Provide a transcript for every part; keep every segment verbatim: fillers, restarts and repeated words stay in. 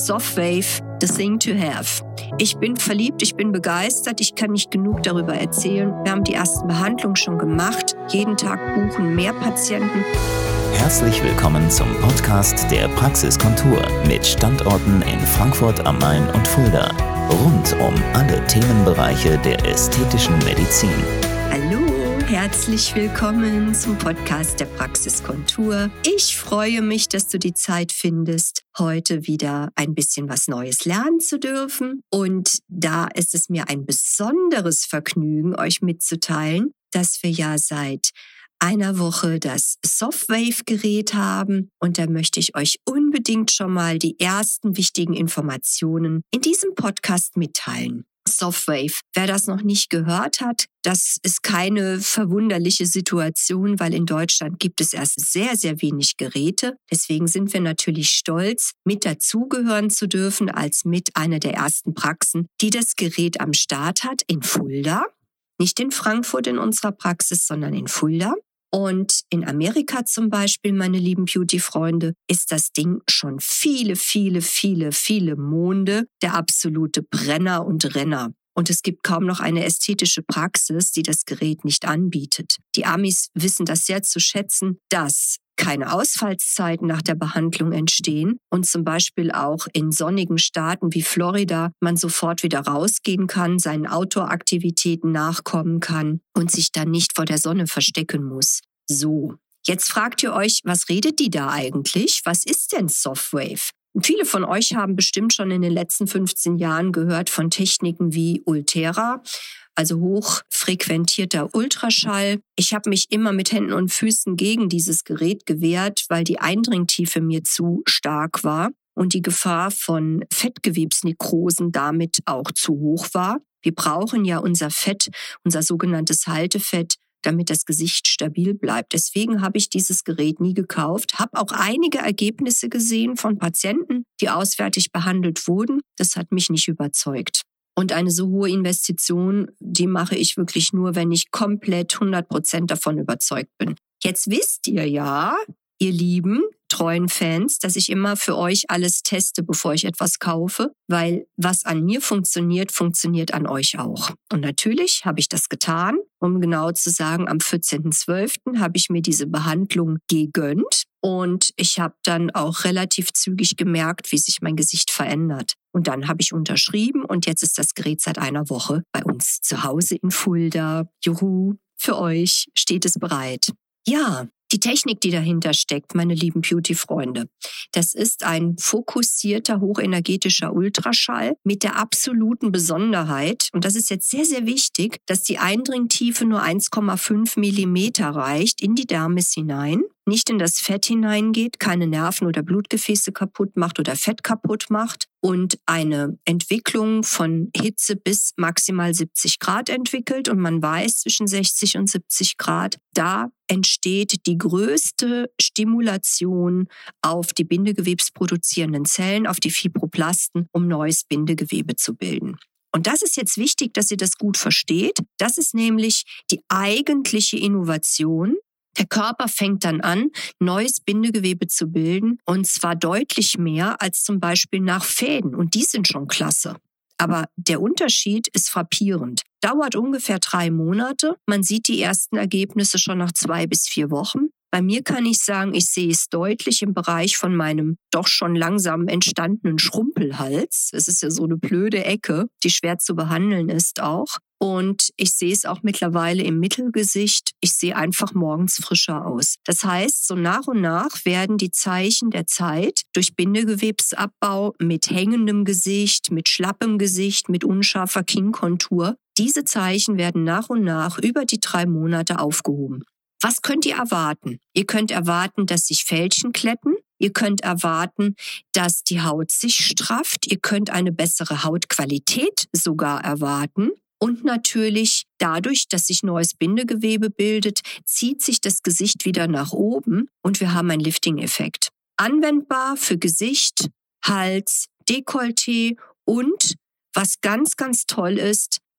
Softwave, the thing to have. Ich bin verliebt, ich bin begeistert, ich kann nicht genug darüber erzählen. Wir haben die ersten Behandlungen schon gemacht. Jeden Tag buchen mehr Patienten. Herzlich willkommen zum Podcast der Praxiskontur mit Standorten in Frankfurt am Main und Fulda. Rund um alle Themenbereiche der ästhetischen Medizin. Hallo, herzlich willkommen zum Podcast der Praxiskontur. Ich freue mich, dass du die Zeit findest, heute wieder ein bisschen was Neues lernen zu dürfen. Und da ist es mir ein besonderes Vergnügen, euch mitzuteilen, dass wir ja seit einer Woche das Softwave-Gerät haben. Und da möchte ich euch unbedingt schon mal die ersten wichtigen Informationen in diesem Podcast mitteilen. Softwave, wer das noch nicht gehört hat, das ist keine verwunderliche Situation, weil in Deutschland gibt es erst sehr, sehr wenig Geräte. Deswegen sind wir natürlich stolz, mit dazugehören zu dürfen als mit einer der ersten Praxen, die das Gerät am Start hat in Fulda. Nicht in Frankfurt in unserer Praxis, sondern in Fulda. Und in Amerika zum Beispiel, meine lieben Beauty-Freunde, ist das Ding schon viele, viele, viele, viele Monde der absolute Brenner und Renner. Und es gibt kaum noch eine ästhetische Praxis, die das Gerät nicht anbietet. Die Amis wissen das sehr zu schätzen, dass keine Ausfallszeiten nach der Behandlung entstehen und zum Beispiel auch in sonnigen Staaten wie Florida man sofort wieder rausgehen kann, seinen Outdoor-Aktivitäten nachkommen kann und sich dann nicht vor der Sonne verstecken muss. So, jetzt fragt ihr euch, was redet die da eigentlich? Was ist denn Softwave? Und viele von euch haben bestimmt schon in den letzten fünfzehn Jahren gehört von Techniken wie Ulthera, also hochfrequentierter Ultraschall. Ich habe mich immer mit Händen und Füßen gegen dieses Gerät gewehrt, weil die Eindringtiefe mir zu stark war und die Gefahr von Fettgewebsnekrosen damit auch zu hoch war. Wir brauchen ja unser Fett, unser sogenanntes Haltefett, damit das Gesicht stabil bleibt. Deswegen habe ich dieses Gerät nie gekauft, habe auch einige Ergebnisse gesehen von Patienten, die auswärtig behandelt wurden. Das hat mich nicht überzeugt. Und eine so hohe Investition, die mache ich wirklich nur, wenn ich komplett hundert Prozent davon überzeugt bin. Jetzt wisst ihr ja, ihr lieben, treuen Fans, dass ich immer für euch alles teste, bevor ich etwas kaufe, weil was an mir funktioniert, funktioniert an euch auch. Und natürlich habe ich das getan. Um genau zu sagen, am vierzehnten zwölften habe ich mir diese Behandlung gegönnt und ich habe dann auch relativ zügig gemerkt, wie sich mein Gesicht verändert. Und dann habe ich unterschrieben und jetzt ist das Gerät seit einer Woche bei uns zu Hause in Fulda. Juhu, für euch steht es bereit. Ja, die Technik, die dahinter steckt, meine lieben Beauty-Freunde, das ist ein fokussierter, hochenergetischer Ultraschall mit der absoluten Besonderheit, und das ist jetzt sehr, sehr wichtig, dass die Eindringtiefe nur eins Komma fünf Millimeter reicht in die Dermis hinein, nicht in das Fett hineingeht, keine Nerven oder Blutgefäße kaputt macht oder Fett kaputt macht und eine Entwicklung von Hitze bis maximal siebzig Grad entwickelt. Und man weiß, zwischen sechzig und siebzig Grad, da entsteht die größte Stimulation auf die bindegewebsproduzierenden Zellen, auf die Fibroplasten, um neues Bindegewebe zu bilden. Und das ist jetzt wichtig, dass ihr das gut versteht. Das ist nämlich die eigentliche Innovation. Der Körper fängt dann an, neues Bindegewebe zu bilden, und zwar deutlich mehr als zum Beispiel nach Fäden. Und die sind schon klasse. Aber der Unterschied ist frappierend. Dauert ungefähr drei Monate. Man sieht die ersten Ergebnisse schon nach zwei bis vier Wochen. Bei mir kann ich sagen, ich sehe es deutlich im Bereich von meinem doch schon langsam entstandenen Schrumpelhals. Es ist ja so eine blöde Ecke, die schwer zu behandeln ist auch. Und ich sehe es auch mittlerweile im Mittelgesicht. Ich sehe einfach morgens frischer aus. Das heißt, so nach und nach werden die Zeichen der Zeit durch Bindegewebsabbau mit hängendem Gesicht, mit schlappem Gesicht, mit unscharfer Kinnkontur, diese Zeichen werden nach und nach über die drei Monate aufgehoben. Was könnt ihr erwarten? Ihr könnt erwarten, dass sich Fältchen kletten. Ihr könnt erwarten, dass die Haut sich strafft. Ihr könnt eine bessere Hautqualität sogar erwarten. Und natürlich dadurch, dass sich neues Bindegewebe bildet, zieht sich das Gesicht wieder nach oben und wir haben einen Lifting-Effekt. Anwendbar für Gesicht, Hals, Dekolleté und, was ganz, ganz toll ist,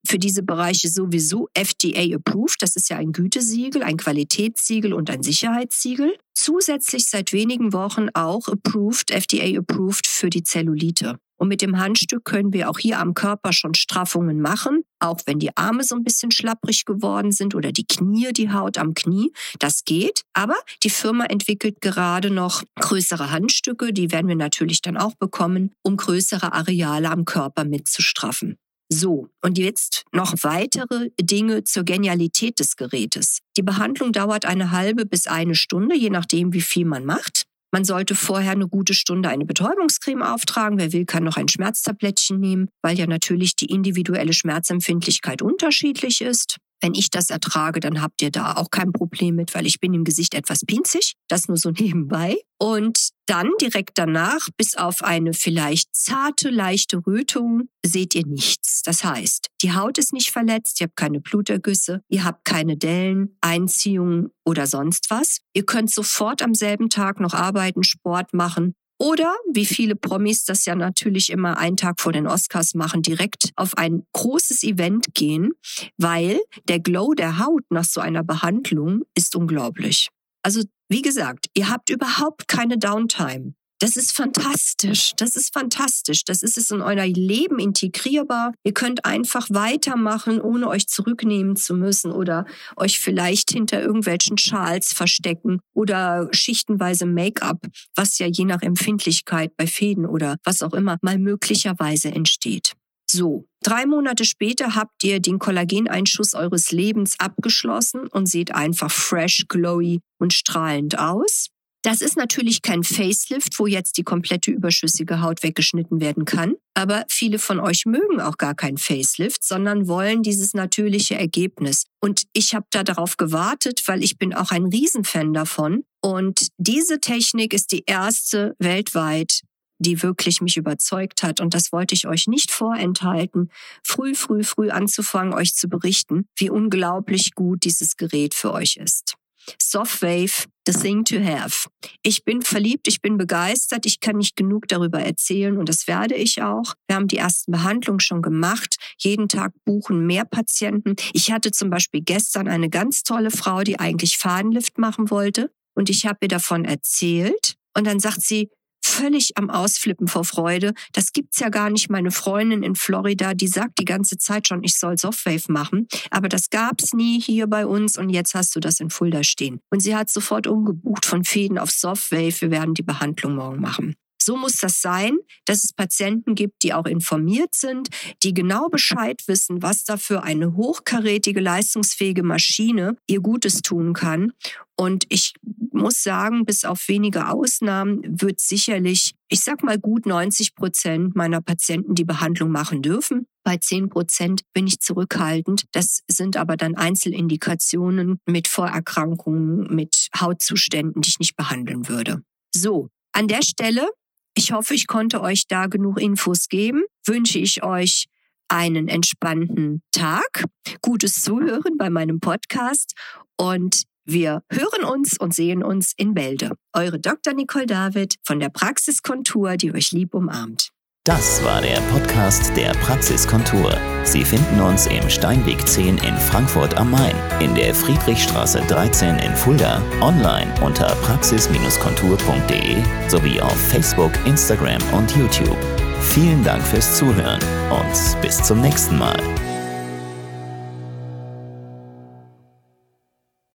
für diese Bereiche sowieso F D A-approved. Das ist ja ein Gütesiegel, ein Qualitätssiegel und ein Sicherheitssiegel. Zusätzlich seit wenigen Wochen auch approved, F D A-approved für die Zellulite. Und mit dem Handstück können wir auch hier am Körper schon Straffungen machen, auch wenn die Arme so ein bisschen schlapprig geworden sind oder die Knie, die Haut am Knie. Das geht, aber die Firma entwickelt gerade noch größere Handstücke, die werden wir natürlich dann auch bekommen, um größere Areale am Körper mitzustraffen. So, und jetzt noch weitere Dinge zur Genialität des Gerätes. Die Behandlung dauert eine halbe bis eine Stunde, je nachdem, wie viel man macht. Man sollte vorher eine gute Stunde eine Betäubungscreme auftragen. Wer will, kann noch ein Schmerztablettchen nehmen, weil ja natürlich die individuelle Schmerzempfindlichkeit unterschiedlich ist. Wenn ich das ertrage, dann habt ihr da auch kein Problem mit, weil ich bin im Gesicht etwas pinzig. Das nur so nebenbei. Und dann direkt danach, bis auf eine vielleicht zarte, leichte Rötung, seht ihr nichts. Das heißt, die Haut ist nicht verletzt, ihr habt keine Blutergüsse, ihr habt keine Dellen, Einziehungen oder sonst was. Ihr könnt sofort am selben Tag noch arbeiten, Sport machen. Oder, wie viele Promis das ja natürlich immer einen Tag vor den Oscars machen, direkt auf ein großes Event gehen, weil der Glow der Haut nach so einer Behandlung ist unglaublich. Also, wie gesagt, ihr habt überhaupt keine Downtime. Das ist fantastisch, das ist fantastisch. Das ist es in euer Leben integrierbar. Ihr könnt einfach weitermachen, ohne euch zurücknehmen zu müssen oder euch vielleicht hinter irgendwelchen Schals verstecken oder schichtenweise Make-up, was ja je nach Empfindlichkeit bei Fäden oder was auch immer mal möglicherweise entsteht. So, drei Monate später habt ihr den Kollageneinschuss eures Lebens abgeschlossen und seht einfach fresh, glowy und strahlend aus. Das ist natürlich kein Facelift, wo jetzt die komplette überschüssige Haut weggeschnitten werden kann. Aber viele von euch mögen auch gar kein Facelift, sondern wollen dieses natürliche Ergebnis. Und ich habe da darauf gewartet, weil ich bin auch ein Riesenfan davon. Und diese Technik ist die erste weltweit, die wirklich mich überzeugt hat. Und das wollte ich euch nicht vorenthalten, früh, früh, früh anzufangen, euch zu berichten, wie unglaublich gut dieses Gerät für euch ist. Softwave, the thing to have. Ich bin verliebt, ich bin begeistert, ich kann nicht genug darüber erzählen und das werde ich auch. Wir haben die ersten Behandlungen schon gemacht. Jeden Tag buchen mehr Patienten. Ich hatte zum Beispiel gestern eine ganz tolle Frau, die eigentlich Fadenlift machen wollte und ich habe ihr davon erzählt und dann sagt sie, völlig am Ausflippen vor Freude. Das gibt's ja gar nicht. Meine Freundin in Florida, die sagt die ganze Zeit schon, ich soll Softwave machen. Aber das gab's nie hier bei uns und jetzt hast du das in Fulda stehen. Und sie hat sofort umgebucht von Fäden auf Softwave. Wir werden die Behandlung morgen machen. So muss das sein, dass es Patienten gibt, die auch informiert sind, die genau Bescheid wissen, was da für eine hochkarätige, leistungsfähige Maschine ihr Gutes tun kann. Und ich muss sagen, bis auf wenige Ausnahmen wird sicherlich, ich sag mal gut neunzig Prozent meiner Patienten die Behandlung machen dürfen. Bei zehn Prozent bin ich zurückhaltend. Das sind aber dann Einzelindikationen mit Vorerkrankungen, mit Hautzuständen, die ich nicht behandeln würde. So, an der Stelle, ich hoffe, ich konnte euch da genug Infos geben. Wünsche ich euch einen entspannten Tag, gutes Zuhören bei meinem Podcast und wir hören uns und sehen uns in Bälde. Eure Doktor Nicole David von der Praxiskontur, die euch lieb umarmt. Das war der Podcast der Praxiskontur. Sie finden uns im Steinweg zehn in Frankfurt am Main, in der Friedrichstraße dreizehn in Fulda, online unter praxis kontur punkt de sowie auf Facebook, Instagram und YouTube. Vielen Dank fürs Zuhören und bis zum nächsten Mal.